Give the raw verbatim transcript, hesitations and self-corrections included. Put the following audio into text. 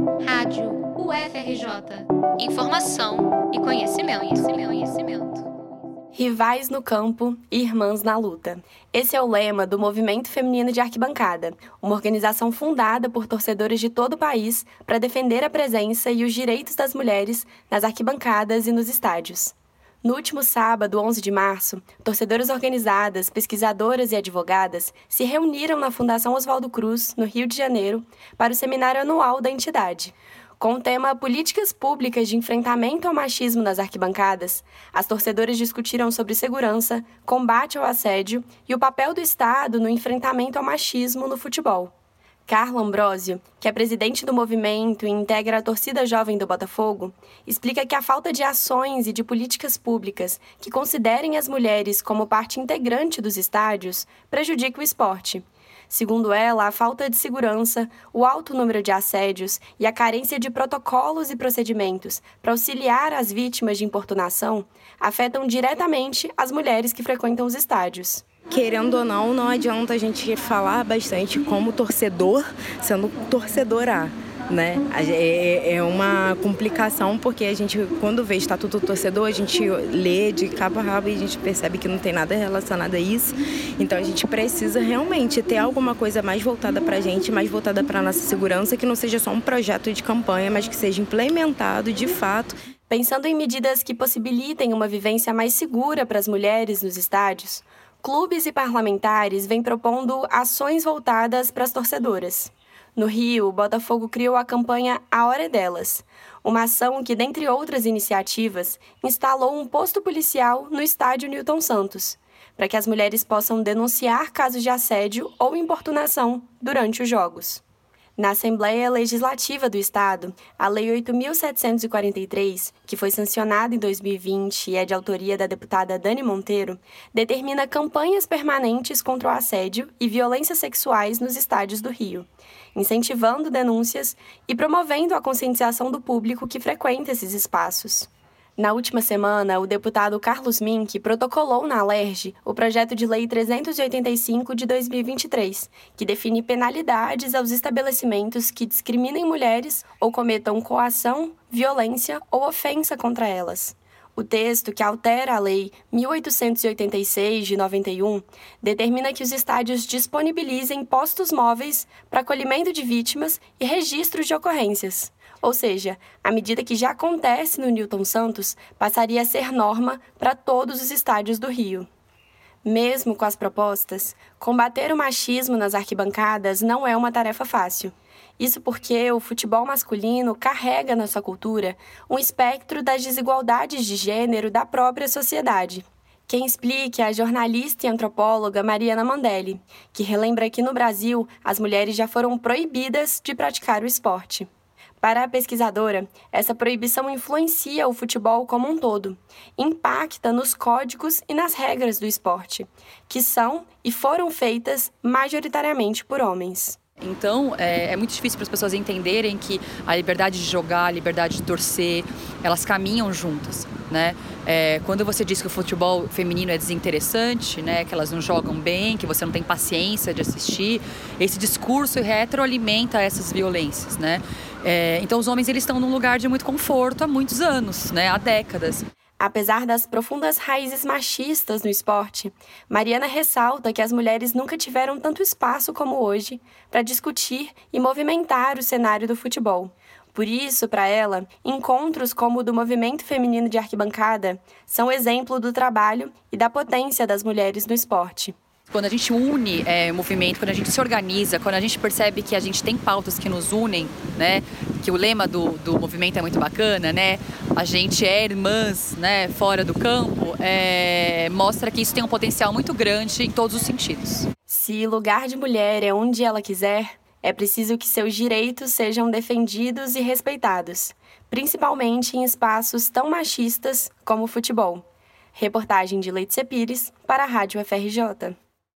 Rádio U F R J. Informação e conhecimento, conhecimento, conhecimento. Rivais no campo, irmãs na luta. Esse é o lema do Movimento Feminino de Arquibancada, uma organização fundada por torcedores de todo o país para defender a presença e os direitos das mulheres nas arquibancadas e nos estádios. No último sábado, onze de março, torcedoras organizadas, pesquisadoras e advogadas se reuniram na Fundação Oswaldo Cruz, no Rio de Janeiro, para o seminário anual da entidade. Com o tema Políticas Públicas de Enfrentamento ao Machismo nas Arquibancadas, as torcedoras discutiram sobre segurança, combate ao assédio e o papel do Estado no enfrentamento ao machismo no futebol. Carla Ambrosio, que é presidente do movimento e integra a torcida jovem do Botafogo, explica que a falta de ações e de políticas públicas que considerem as mulheres como parte integrante dos estádios prejudica o esporte. Segundo ela, a falta de segurança, o alto número de assédios e a carência de protocolos e procedimentos para auxiliar as vítimas de importunação afetam diretamente as mulheres que frequentam os estádios. Querendo ou não, não adianta a gente falar bastante como torcedor, sendo torcedora, né? É uma complicação porque a gente, quando vê Estatuto do Torcedor, a gente lê de cabo a rabo e a gente percebe que não tem nada relacionado a isso. Então a gente precisa realmente ter alguma coisa mais voltada para a gente, mais voltada para a nossa segurança, que não seja só um projeto de campanha, mas que seja implementado de fato. Pensando em medidas que possibilitem uma vivência mais segura para as mulheres nos estádios, clubes e parlamentares vêm propondo ações voltadas para as torcedoras. No Rio, o Botafogo criou a campanha A Hora é Delas, uma ação que, dentre outras iniciativas, instalou um posto policial no estádio Newton Santos, para que as mulheres possam denunciar casos de assédio ou importunação durante os jogos. Na Assembleia Legislativa do Estado, a Lei oito mil setecentos e quarenta e três, que foi sancionada em dois mil e vinte e é de autoria da deputada Dani Monteiro, determina campanhas permanentes contra o assédio e violências sexuais nos estádios do Rio, incentivando denúncias e promovendo a conscientização do público que frequenta esses espaços. Na última semana, o deputado Carlos Mink protocolou na Alerj o projeto de lei trezentos e oitenta e cinco de dois mil e vinte e três, que define penalidades aos estabelecimentos que discriminem mulheres ou cometam coação, violência ou ofensa contra elas. O texto, que altera a Lei mil oitocentos e oitenta e seis, de noventa e um, determina que os estádios disponibilizem postos móveis para acolhimento de vítimas e registros de ocorrências. Ou seja, a medida que já acontece no Newton Santos passaria a ser norma para todos os estádios do Rio. Mesmo com as propostas, combater o machismo nas arquibancadas não é uma tarefa fácil. Isso porque o futebol masculino carrega na sua cultura um espectro das desigualdades de gênero da própria sociedade. Quem explica é a jornalista e antropóloga Mariana Mandelli, que relembra que no Brasil as mulheres já foram proibidas de praticar o esporte. Para a pesquisadora, essa proibição influencia o futebol como um todo, impacta nos códigos e nas regras do esporte, que são e foram feitas majoritariamente por homens. Então, é, é muito difícil para as pessoas entenderem que a liberdade de jogar, a liberdade de torcer, elas caminham juntas, né? É, quando você diz que o futebol feminino é desinteressante, né, que elas não jogam bem, que você não tem paciência de assistir, esse discurso retroalimenta essas violências, né? É, então, os homens eles estão num lugar de muito conforto há muitos anos, né, há décadas. Apesar das profundas raízes machistas no esporte, Mariana ressalta que as mulheres nunca tiveram tanto espaço como hoje para discutir e movimentar o cenário do futebol. Por isso, para ela, encontros como o do Movimento Feminino de Arquibancada são exemplo do trabalho e da potência das mulheres no esporte. Quando a gente une é, o movimento, quando a gente se organiza, quando a gente percebe que a gente tem pautas que nos unem, né, que o lema do, do movimento é muito bacana, né, a gente é irmãs, né, fora do campo, é, mostra que isso tem um potencial muito grande em todos os sentidos. Se lugar de mulher é onde ela quiser, é preciso que seus direitos sejam defendidos e respeitados, principalmente em espaços tão machistas como o futebol. Reportagem de Letícia Pires para a Rádio U F R J.